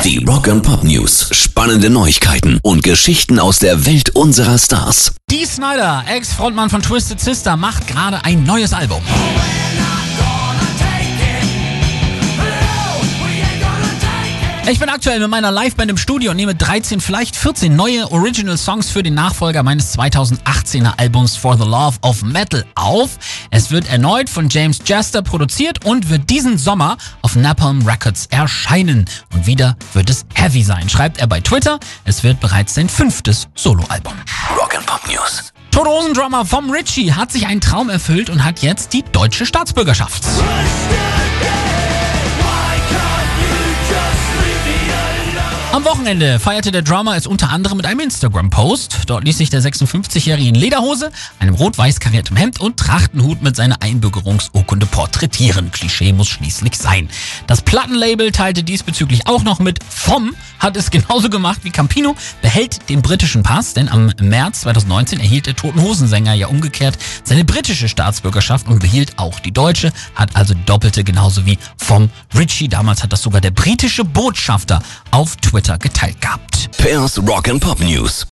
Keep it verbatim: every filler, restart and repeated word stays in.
Die Rock and Pop News. Spannende Neuigkeiten und Geschichten aus der Welt unserer Stars. Dee Snider, Ex-Frontmann von Twisted Sister, macht gerade ein neues Album. Ich bin aktuell mit meiner Liveband im Studio und nehme dreizehn, vielleicht vierzehn neue Original-Songs für den Nachfolger meines zweitausendachtzehner Albums For the Love of Metal auf. Es wird erneut von James Jester produziert und wird diesen Sommer auf Napalm Records erscheinen. Und wieder wird es heavy sein, schreibt er bei Twitter. Es wird bereits sein fünftes Soloalbum. Rock and Pop News. Tote Hosen-Drummer Vom Ritchie hat sich einen Traum erfüllt und hat jetzt die deutsche Staatsbürgerschaft. Am Wochenende feierte der Drummer es unter anderem mit einem Instagram-Post. Dort ließ sich der sechsundfünfzigjährige in Lederhose, einem rot-weiß kariertem Hemd und Trachtenhut mit seiner Einbürgerungsurkunde porträtieren. Klischee muss schließlich sein. Das Plattenlabel teilte diesbezüglich auch noch mit. Vom hat es genauso gemacht wie Campino, behält den britischen Pass, denn am März zweitausendneunzehn erhielt der Toten Hosen-Sänger ja umgekehrt seine britische Staatsbürgerschaft und behielt auch die deutsche, hat also doppelte, genauso wie Vom Ritchie. Damals hat das sogar der britische Botschafter auf Twitter geteilt gehabt. Pairs Rock and Pop News.